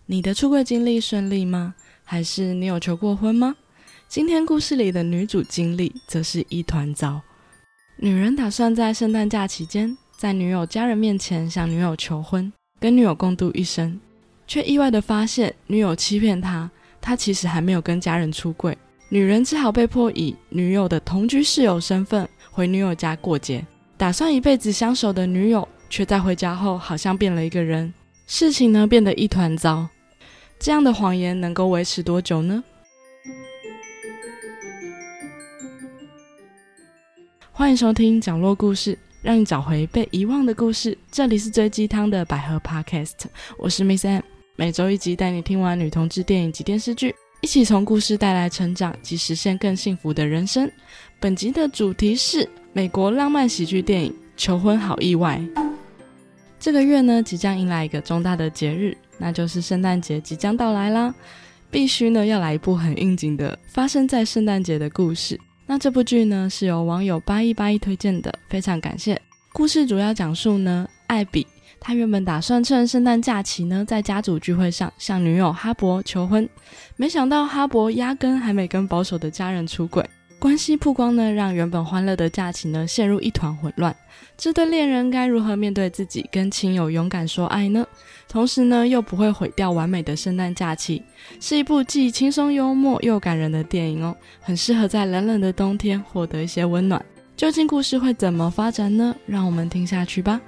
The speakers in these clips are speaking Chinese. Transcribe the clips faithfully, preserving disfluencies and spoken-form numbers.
你的出柜经历顺利吗？还是你有求过婚吗？今天故事里的女主经历则是一团糟。女人打算在圣诞假期间在女友家人面前向女友求婚，跟女友共度一生，却意外地发现女友欺骗她，她其实还没有跟家人出柜。女人只好被迫以女友的同居室友身份回女友家过节。打算一辈子相守的女友却在回家后好像变了一个人，事情呢变得一团糟。这样的谎言能够维持多久呢？欢迎收听角落故事，让你找回被遗忘的故事。这里是追鸡汤的百合 Podcast， 我是 Miss M， 每周一集带你听完女同志电影及电视剧，一起从故事带来成长及实现更幸福的人生。本集的主题是美国浪漫喜剧电影《求婚好意外》。这个月呢，即将迎来一个重大的节日，那就是圣诞节即将到来啦。必须呢要来一部很应景的发生在圣诞节的故事。那这部剧呢是由网友八一八一推荐的，非常感谢。故事主要讲述呢，艾比他原本打算趁圣诞假期呢，在家族聚会上向女友哈勃求婚，没想到哈勃压根还没跟保守的家人出轨。关系曝光呢，让原本欢乐的假期呢陷入一团混乱。这对恋人该如何面对自己跟亲友勇敢说爱呢？同时呢，又不会毁掉完美的圣诞假期。是一部既轻松幽默又感人的电影哦，很适合在冷冷的冬天获得一些温暖。究竟故事会怎么发展呢？让我们听下去吧。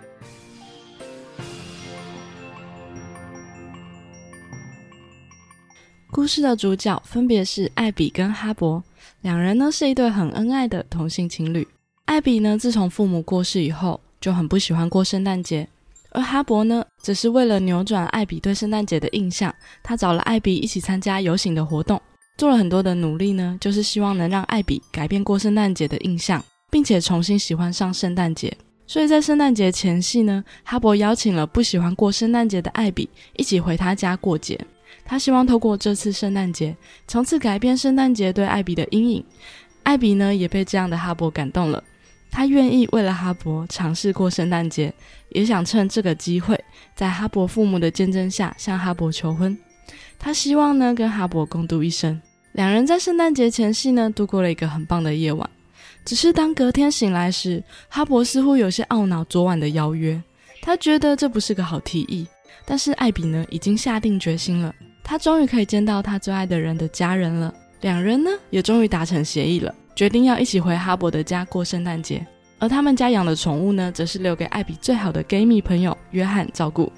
故事的主角分别是艾比跟哈勃，两人呢是一对很恩爱的同性情侣。艾比呢自从父母过世以后就很不喜欢过圣诞节，而哈勃呢只是为了扭转艾比对圣诞节的印象，他找了艾比一起参加游行的活动，做了很多的努力呢，就是希望能让艾比改变过圣诞节的印象，并且重新喜欢上圣诞节。所以在圣诞节前夕呢，哈勃邀请了不喜欢过圣诞节的艾比一起回他家过节。他希望透过这次圣诞节从此改变圣诞节对艾比的阴影。艾比呢也被这样的哈勃感动了，他愿意为了哈勃尝试过圣诞节，也想趁这个机会在哈勃父母的见证下向哈勃求婚。他希望呢跟哈勃共度一生。两人在圣诞节前夕呢度过了一个很棒的夜晚。只是当隔天醒来时，哈勃似乎有些懊恼昨晚的邀约，他觉得这不是个好提议。但是艾比呢已经下定决心了，他终于可以见到他最爱的人的家人了。两人呢也终于达成协议了，决定要一起回哈勃的家过圣诞节。而他们家养的宠物呢，则是留给艾比最好的 gay 蜜朋友约翰照顾。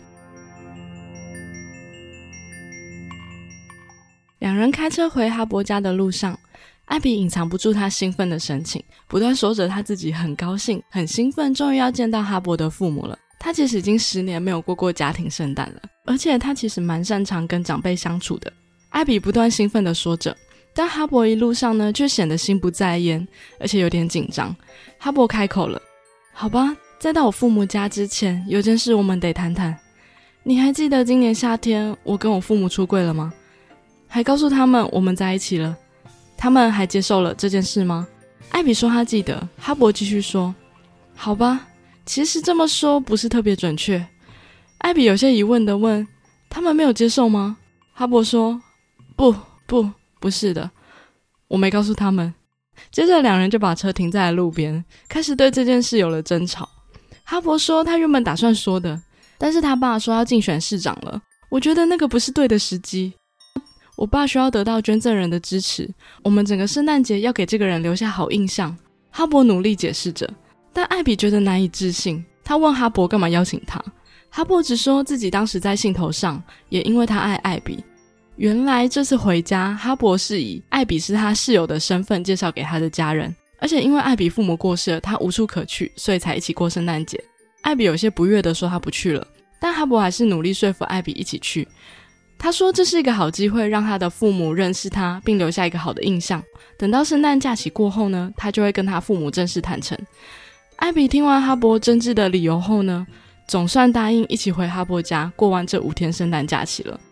两人开车回哈勃家的路上，艾比隐藏不住他兴奋的神情，不断说着他自己很高兴很兴奋终于要见到哈勃的父母了。他其实已经十年没有过过家庭圣诞了，而且他其实蛮擅长跟长辈相处的。艾比不断兴奋地说着，但哈勃一路上呢却显得心不在焉，而且有点紧张。哈勃开口了，好吧，在到我父母家之前，有件事我们得谈谈。你还记得今年夏天我跟我父母出柜了吗？还告诉他们我们在一起了，他们还接受了这件事吗？艾比说他记得。哈勃继续说，好吧，其实这么说不是特别准确。艾比有些疑问地问，他们没有接受吗？哈勃说，不不不是的，我没告诉他们。接着两人就把车停在了路边，开始对这件事有了争吵。哈勃说他原本打算说的，但是他爸说要竞选市长了，我觉得那个不是对的时机。我爸需要得到捐赠人的支持，我们整个圣诞节要给这个人留下好印象。哈勃努力解释着，但艾比觉得难以置信。他问哈勃干嘛邀请他，哈勃只说自己当时在兴头上，也因为他爱艾比。原来这次回家，哈勃是以艾比是他室友的身份介绍给他的家人，而且因为艾比父母过世了，他无处可去，所以才一起过圣诞节。艾比有些不悦地说他不去了，但哈勃还是努力说服艾比一起去。他说这是一个好机会，让他的父母认识他，并留下一个好的印象。等到圣诞假期过后呢，他就会跟他父母正式坦诚。艾比听完哈勃真挚的理由后呢，总算答应一起回哈勃家过完这五天圣诞假期了。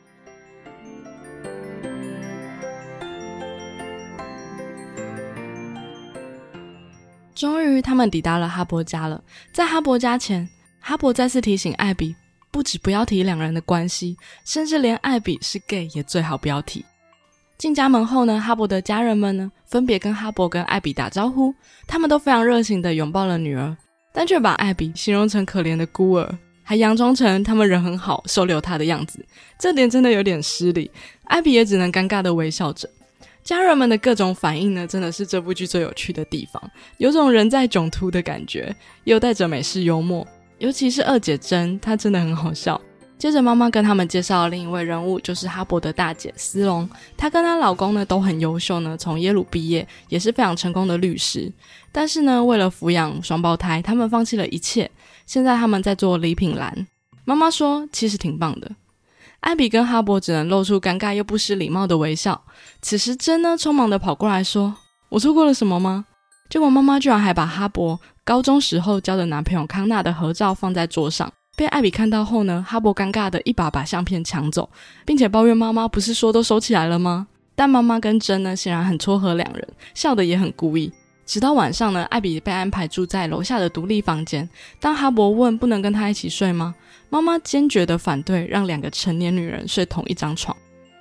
终于他们抵达了哈勃家了。在哈勃家前，哈勃再次提醒艾比不只不要提两人的关系，甚至连艾比是 gay 也最好不要提。进家门后呢，哈勃的家人们呢分别跟哈勃跟艾比打招呼，他们都非常热情地拥抱了女儿，但却把艾比形容成可怜的孤儿，还佯装成他们人很好收留她的样子，这点真的有点失礼。艾比也只能尴尬地微笑着。家人们的各种反应呢，真的是这部剧最有趣的地方，有种人在囧途的感觉，又带着美式幽默，尤其是二姐珍，她真的很好笑。接着妈妈跟他们介绍另一位人物，就是哈勃的大姐斯隆，她跟她老公呢都很优秀呢，从耶鲁毕业，也是非常成功的律师。但是呢，为了抚养双胞胎，他们放弃了一切，现在他们在做礼品栏。妈妈说其实挺棒的。艾比跟哈勃只能露出尴尬又不失礼貌的微笑。此时珍呢匆忙的跑过来说，我错过了什么吗？结果妈妈居然还把哈勃高中时候交的男朋友康纳的合照放在桌上，被艾比看到后呢，哈勃尴尬的一把把相片抢走，并且抱怨妈妈不是说都收起来了吗？但妈妈跟珍呢显然很撮合两人，笑得也很故意。直到晚上呢，艾比被安排住在楼下的独立房间，当哈勃问不能跟他一起睡吗，妈妈坚决的反对让两个成年女人睡同一张床。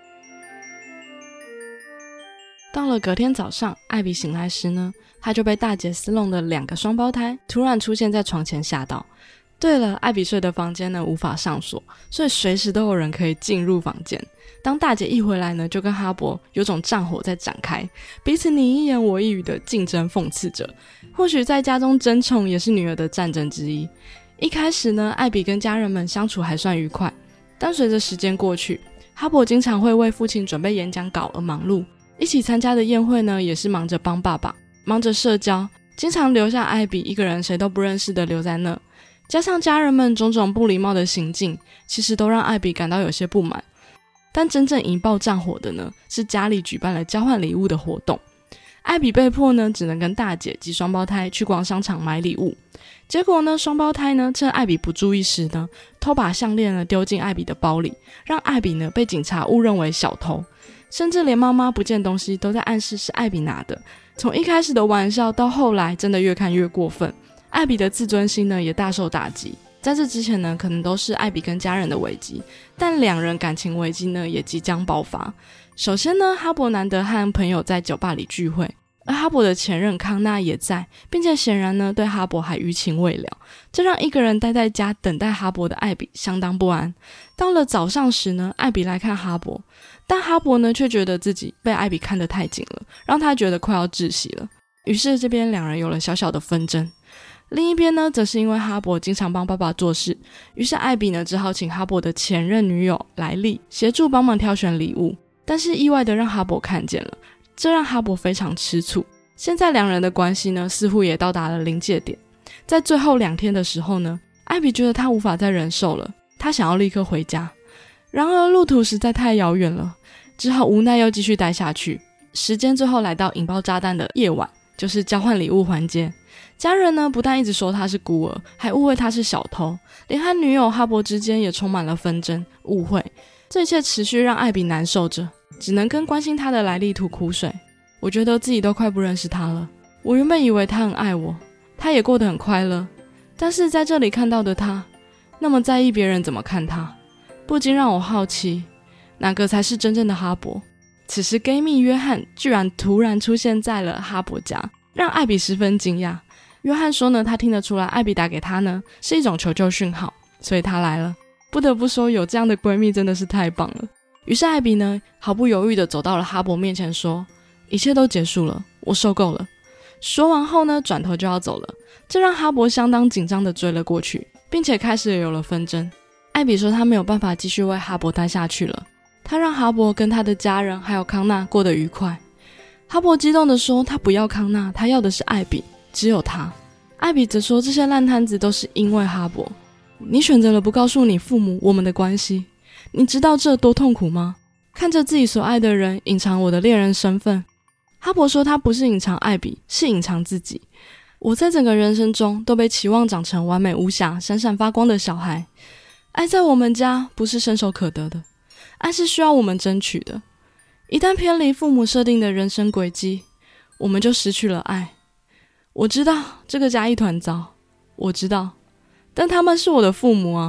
到了隔天早上，艾比醒来时呢，她就被大姐斯隆的两个双胞胎突然出现在床前吓到。对了，艾比睡的房间呢无法上锁，所以随时都有人可以进入房间。当大姐一回来呢，就跟哈勃有种战火在展开，彼此你一言我一语的竞争讽刺着。或许在家中争宠也是女儿的战争之一。一开始呢，艾比跟家人们相处还算愉快，但随着时间过去，哈勃经常会为父亲准备演讲稿而忙碌，一起参加的宴会呢也是忙着帮爸爸，忙着社交，经常留下艾比一个人谁都不认识的留在那。加上家人们种种不礼貌的行径，其实都让艾比感到有些不满。但真正引爆战火的呢，是家里举办了交换礼物的活动。艾比被迫呢，只能跟大姐及双胞胎去逛商场买礼物。结果呢，双胞胎呢，趁艾比不注意时呢，偷把项链呢丢进艾比的包里，让艾比呢被警察误认为小偷。甚至连妈妈不见东西都在暗示是艾比拿的。从一开始的玩笑到后来真的越看越过分，艾比的自尊心呢也大受打击。在这之前呢，可能都是艾比跟家人的危机，但两人感情危机呢也即将爆发。首先呢，哈勃难得和朋友在酒吧里聚会，而哈勃的前任康纳也在，并且显然呢对哈勃还余情未了，这让一个人待在家等待哈勃的艾比相当不安。到了早上时呢，艾比来看哈勃，但哈勃呢却觉得自己被艾比看得太紧了，让他觉得快要窒息了。于是这边两人有了小小的纷争。另一边呢，则是因为哈勃经常帮爸爸做事，于是艾比呢只好请哈勃的前任女友莱莉协助帮忙挑选礼物，但是意外的让哈勃看见了，这让哈勃非常吃醋。现在两人的关系呢似乎也到达了临界点。在最后两天的时候呢，艾比觉得他无法再忍受了，他想要立刻回家，然而路途实在太遥远了，只好无奈又继续待下去。时间最后来到引爆炸弹的夜晚，就是交换礼物环节。家人呢不但一直说他是孤儿，还误会他是小偷，连和女友哈勃之间也充满了纷争误会。这一切持续让艾比难受着，只能跟关心他的莱莉吐苦水。我觉得自己都快不认识他了，我原本以为他很爱我，他也过得很快乐，但是在这里看到的他那么在意别人怎么看他，不禁让我好奇哪个才是真正的哈勃。此时 gay 蜜约翰居然突然出现在了哈勃家，让艾比十分惊讶。约翰说呢，他听得出来艾比打给他呢是一种求救讯号，所以他来了。不得不说有这样的闺蜜真的是太棒了。于是艾比呢毫不犹豫地走到了哈勃面前说，一切都结束了，我受够了。说完后呢转头就要走了，这让哈勃相当紧张地追了过去，并且开始有了纷争。艾比说他没有办法继续为哈勃待下去了，他让哈勃跟他的家人还有康纳过得愉快。哈勃激动地说他不要康纳，他要的是艾比，只有他。艾比则说这些烂摊子都是因为哈勃，你选择了不告诉你父母我们的关系，你知道这多痛苦吗？看着自己所爱的人隐藏我的恋人身份。哈勃说他不是隐藏艾比，是隐藏自己。我在整个人生中都被期望长成完美无瑕闪闪发光的小孩，爱在我们家不是伸手可得的，爱是需要我们争取的。一旦偏离父母设定的人生轨迹，我们就失去了爱。我知道这个家一团糟，我知道，但他们是我的父母啊，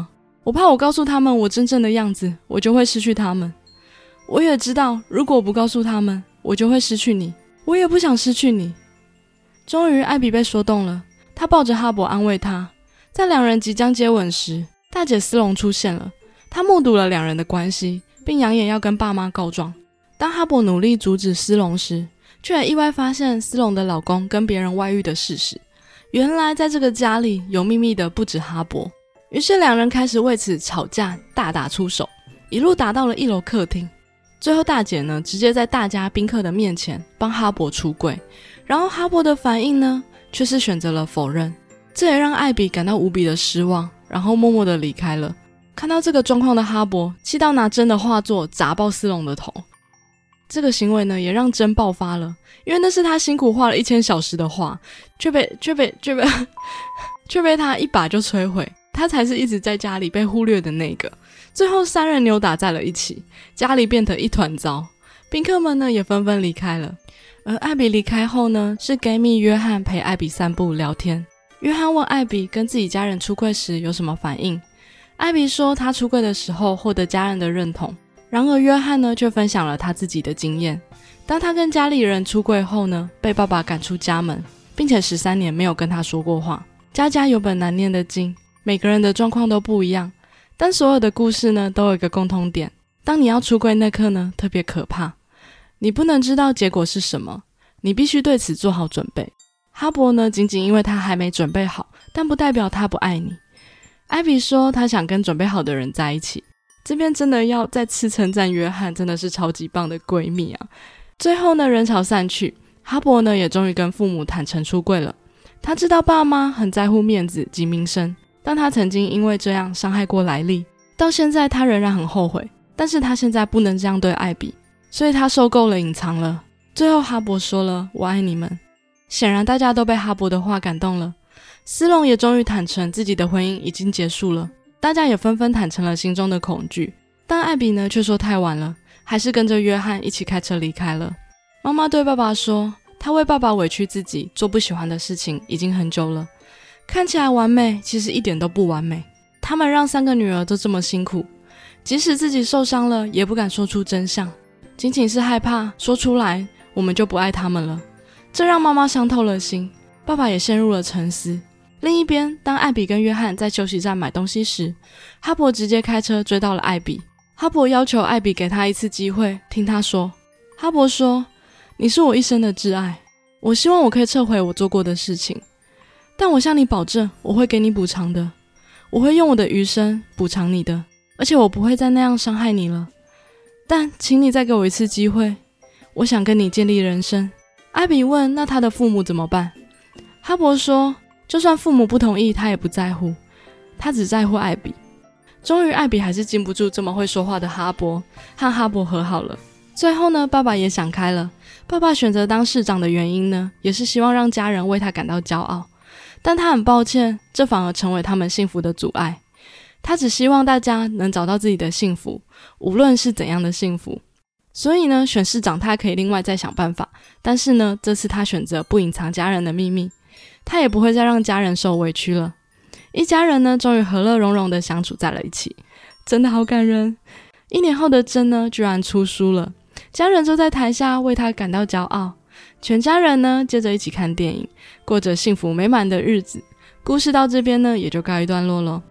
我怕我告诉他们我真正的样子，我就会失去他们。我也知道，如果我不告诉他们，我就会失去你。我也不想失去你。终于，艾比被说动了，她抱着哈勃安慰他。在两人即将接吻时，大姐斯隆出现了。她目睹了两人的关系，并扬言要跟爸妈告状。当哈勃努力阻止斯隆时，却意外发现斯隆的老公跟别人外遇的事实。原来在这个家里有秘密的不止哈勃。于是两人开始为此吵架，大打出手，一路打到了一楼客厅。最后大姐呢，直接在大家宾客的面前帮哈勃出柜，然后哈勃的反应呢，却是选择了否认。这也让艾比感到无比的失望，然后默默的离开了。看到这个状况的哈勃气到拿针的画作砸爆斯隆的头。这个行为呢，也让针爆发了，因为那是他辛苦画了一千小时的画，却被却被却被却被他一把就摧毁。他才是一直在家里被忽略的那个。最后三人扭打在了一起，家里变得一团糟。宾客们呢也纷纷离开了。而艾比离开后呢，是 gay 蜜约翰陪艾比散步聊天。约翰问艾比跟自己家人出柜时有什么反应。艾比说他出柜的时候获得家人的认同。然而约翰呢却分享了他自己的经验。当他跟家里人出柜后呢，被爸爸赶出家门，并且十三年没有跟他说过话。家家有本难念的经，每个人的状况都不一样，但所有的故事呢都有一个共通点。当你要出柜那刻呢，特别可怕。你不能知道结果是什么，你必须对此做好准备。哈勃呢，仅仅因为他还没准备好，但不代表他不爱你。艾比说他想跟准备好的人在一起。这边真的要再次称赞约翰，真的是超级棒的闺蜜啊。最后呢，人潮散去，哈勃呢也终于跟父母坦诚出柜了。他知道爸妈很在乎面子及名声，但他曾经因为这样伤害过莱莉，到现在他仍然很后悔，但是他现在不能这样对艾比，所以他受够了隐藏了。最后哈勃说了我爱你们。显然大家都被哈勃的话感动了。斯隆也终于坦诚自己的婚姻已经结束了，大家也纷纷坦诚了心中的恐惧。但艾比呢却说太晚了，还是跟着约翰一起开车离开了。妈妈对爸爸说，她为爸爸委屈自己做不喜欢的事情已经很久了，看起来完美，其实一点都不完美。他们让三个女儿都这么辛苦，即使自己受伤了也不敢说出真相，仅仅是害怕说出来我们就不爱他们了。这让妈妈伤透了心，爸爸也陷入了沉思。另一边，当艾比跟约翰在休息站买东西时，哈勃直接开车追到了艾比。哈勃要求艾比给他一次机会听他说。哈勃说，你是我一生的挚爱，我希望我可以撤回我做过的事情，但我向你保证我会给你补偿的，我会用我的余生补偿你的，而且我不会再那样伤害你了。但请你再给我一次机会，我想跟你建立人生。艾比问，那他的父母怎么办？哈勃说，就算父母不同意他也不在乎，他只在乎艾比。终于艾比还是禁不住这么会说话的哈勃，和哈勃和好了。最后呢，爸爸也想开了。爸爸选择当市长的原因呢，也是希望让家人为他感到骄傲，但他很抱歉，这反而成为他们幸福的阻碍。他只希望大家能找到自己的幸福，无论是怎样的幸福。所以呢，选市长他还可以另外再想办法，但是呢，这次他选择不隐藏家人的秘密，他也不会再让家人受委屈了。一家人呢，终于和乐融融的相处在了一起，真的好感人。一年后的珍呢，居然出书了，家人坐在台下为他感到骄傲。全家人呢，接着一起看电影，过着幸福美满的日子。故事到这边呢，也就告一段落咯。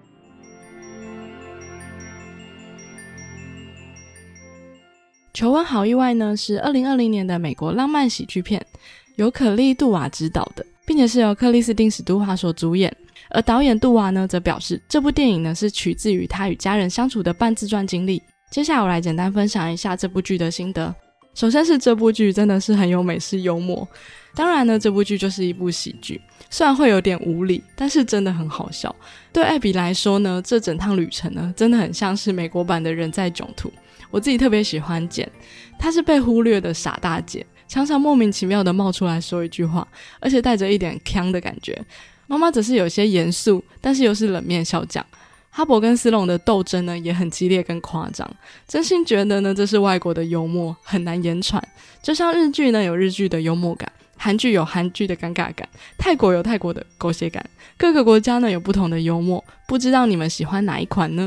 求婚好意外呢，是二零二零年的美国浪漫喜剧片，由可莉·杜瓦执导的，并且是由克里斯汀·史都华所主演。而导演杜瓦呢，则表示这部电影呢是取自于他与家人相处的半自传经历。接下来我来简单分享一下这部剧的心得。首先是这部剧真的是很有美式幽默，当然呢，这部剧就是一部喜剧，虽然会有点无理，但是真的很好笑。对艾比来说呢，这整趟旅程呢，真的很像是美国版的人在囧途。我自己特别喜欢简，她是被忽略的傻大姐，常常莫名其妙的冒出来说一句话，而且带着一点呛的感觉。妈妈则是有些严肃，但是又是冷面笑匠。哈勃跟斯隆的斗争呢，也很激烈跟夸张，真心觉得呢，这是外国的幽默，很难言传。就像日剧呢有日剧的幽默感，韩剧有韩剧的尴尬感，泰国有泰国的狗血感，各个国家呢有不同的幽默，不知道你们喜欢哪一款呢？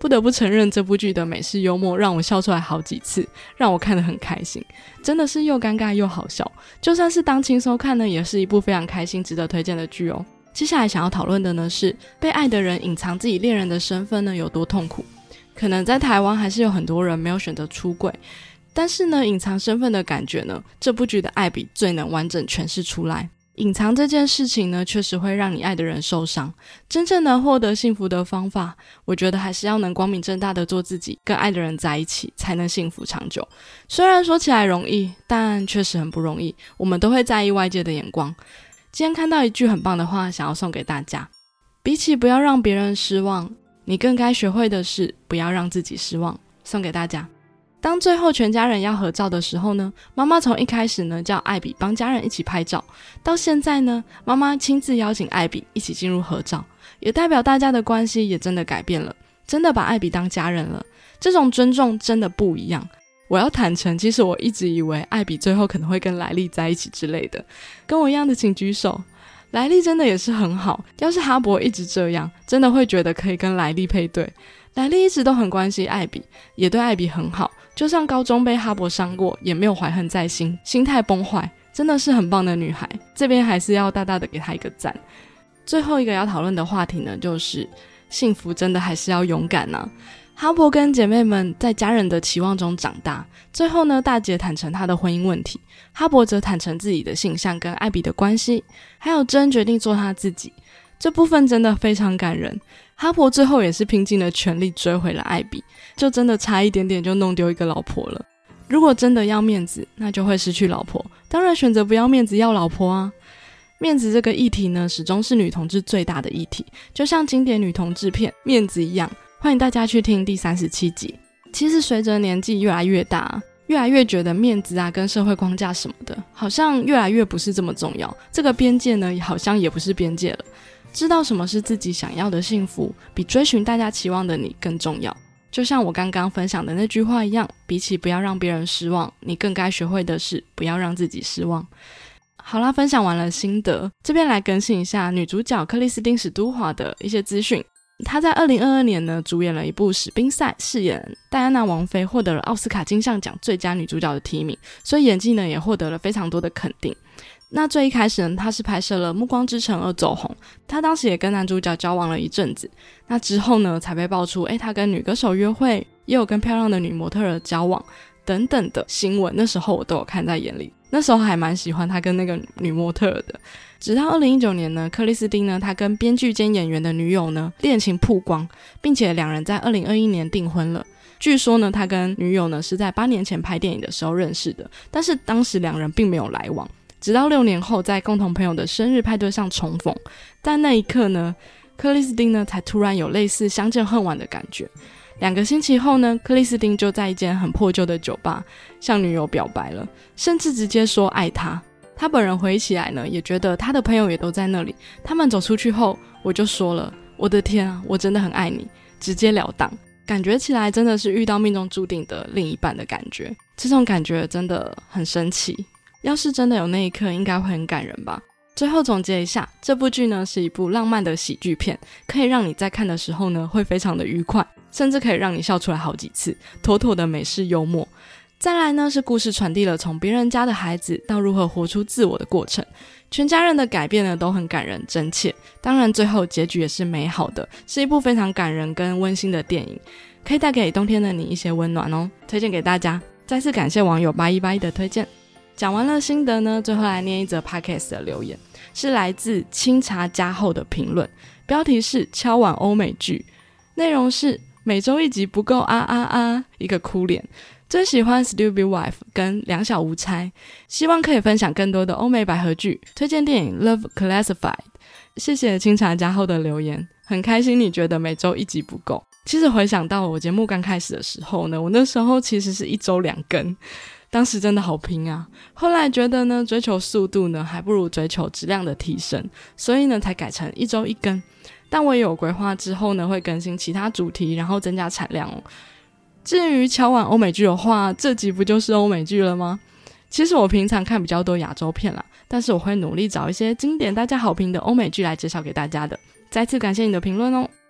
不得不承认这部剧的美式幽默让我笑出来好几次，让我看得很开心，真的是又尴尬又好笑，就算是当轻松看呢，也是一部非常开心值得推荐的剧哦。接下来想要讨论的呢是被爱的人隐藏自己恋人的身份呢有多痛苦。可能在台湾还是有很多人没有选择出柜，但是呢隐藏身份的感觉呢，这部剧的艾比最能完整诠释出来。隐藏这件事情呢，确实会让你爱的人受伤。真正能获得幸福的方法，我觉得还是要能光明正大的做自己，跟爱的人在一起，才能幸福长久。虽然说起来容易，但确实很不容易。我们都会在意外界的眼光。今天看到一句很棒的话，想要送给大家：比起不要让别人失望，你更该学会的是不要让自己失望。送给大家。当最后全家人要合照的时候呢，妈妈从一开始呢叫艾比帮家人一起拍照，到现在呢妈妈亲自邀请艾比一起进入合照，也代表大家的关系也真的改变了，真的把艾比当家人了。这种尊重真的不一样。我要坦诚，其实我一直以为艾比最后可能会跟莱利在一起之类的，跟我一样的请举手。莱利真的也是很好，要是哈勃一直这样，真的会觉得可以跟莱利配对。莱利一直都很关心艾比，也对艾比很好，就算高中被哈勃伤过，也没有怀恨在心，心态崩坏，真的是很棒的女孩。这边还是要大大的给她一个赞。最后一个要讨论的话题呢，就是幸福真的还是要勇敢啊。哈勃跟姐妹们在家人的期望中长大，最后呢，大姐坦诚她的婚姻问题，哈勃则坦诚自己的性向跟艾比的关系，还有珍决定做她自己。这部分真的非常感人。哈勃最后也是拼尽了全力追回了艾比，就真的差一点点就弄丢一个老婆了。如果真的要面子，那就会失去老婆，当然选择不要面子要老婆啊。面子这个议题呢，始终是女同志最大的议题，就像经典女同志片《面子》一样，欢迎大家去听第三十七集。其实随着年纪越来越大，越来越觉得面子啊跟社会框架什么的，好像越来越不是这么重要，这个边界呢好像也不是边界了。知道什么是自己想要的幸福，比追寻大家期望的你更重要。就像我刚刚分享的那句话一样，比起不要让别人失望，你更该学会的是不要让自己失望。好啦，分享完了心得，这边来更新一下女主角克里斯汀史都华的一些资讯。她在二零二二年呢主演了一部史宾赛，饰演戴安娜王妃，获得了奥斯卡金像奖最佳女主角的提名，所以演技呢也获得了非常多的肯定。那最一开始呢，她是拍摄了《暮光之城》而走红，她当时也跟男主角交往了一阵子。那之后呢，才被爆出，诶，她跟女歌手约会，也有跟漂亮的女模特儿交往等等的新闻。那时候我都有看在眼里，那时候还蛮喜欢她跟那个女模特儿的。直到二零一九年呢，克里斯汀呢，她跟编剧兼演员的女友呢恋情曝光，并且两人在二零二一年订婚了。据说呢，他跟女友呢是在八年前拍电影的时候认识的，但是当时两人并没有来往。直到六年后在共同朋友的生日派对上重逢，但那一刻呢，克里斯汀呢才突然有类似相见恨晚的感觉。两个星期后呢，克里斯汀就在一间很破旧的酒吧向女友表白了，甚至直接说爱她。他本人回忆起来呢，也觉得他的朋友也都在那里。他们走出去后，我就说了，我的天啊，我真的很爱你，直截了当。感觉起来真的是遇到命中注定的另一半的感觉，这种感觉真的很神奇。要是真的有那一刻，应该会很感人吧。最后总结一下，这部剧呢是一部浪漫的喜剧片，可以让你在看的时候呢会非常的愉快，甚至可以让你笑出来好几次，妥妥的美式幽默。再来呢是故事传递了从别人家的孩子到如何活出自我的过程，全家人的改变呢都很感人真切，当然最后结局也是美好的，是一部非常感人跟温馨的电影，可以带给冬天的你一些温暖哦，推荐给大家。再次感谢网友八一八一的推荐。讲完了心得呢，最后来念一则 podcast 的留言，是来自清茶加厚的评论，标题是敲碗欧美剧，内容是每周一集不够啊啊啊，一个哭脸。真喜欢 Stupid Wife 跟两小无猜，希望可以分享更多的欧美百合剧，推荐电影 Love Classified。 谢谢清茶加厚的留言，很开心你觉得每周一集不够。其实回想到我节目刚开始的时候呢，我那时候其实是一周两更，当时真的好拼啊。后来觉得呢，追求速度呢还不如追求质量的提升，所以呢才改成一周一更。但我也有规划之后呢会更新其他主题，然后增加产量哦。至于敲碗欧美剧的话，这集不就是欧美剧了吗？其实我平常看比较多亚洲片啦，但是我会努力找一些经典大家好评的欧美剧来介绍给大家的。再次感谢你的评论哦。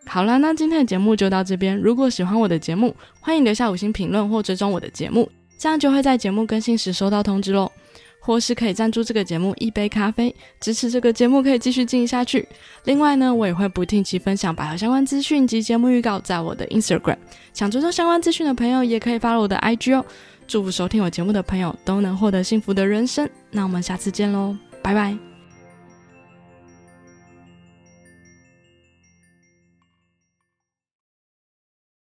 好啦，那今天的节目就到这边。如果喜欢我的节目，欢迎留下五星评论或追踪我的节目，这样就会在节目更新时收到通知咯。或是可以赞助这个节目一杯咖啡，支持这个节目可以继续进行下去。另外呢，我也会不定期分享百合相关资讯及节目预告在我的 Instagram， 想追踪相关资讯的朋友也可以 follow 我的 I G 哦。祝福收听我节目的朋友都能获得幸福的人生，那我们下次见咯，拜拜。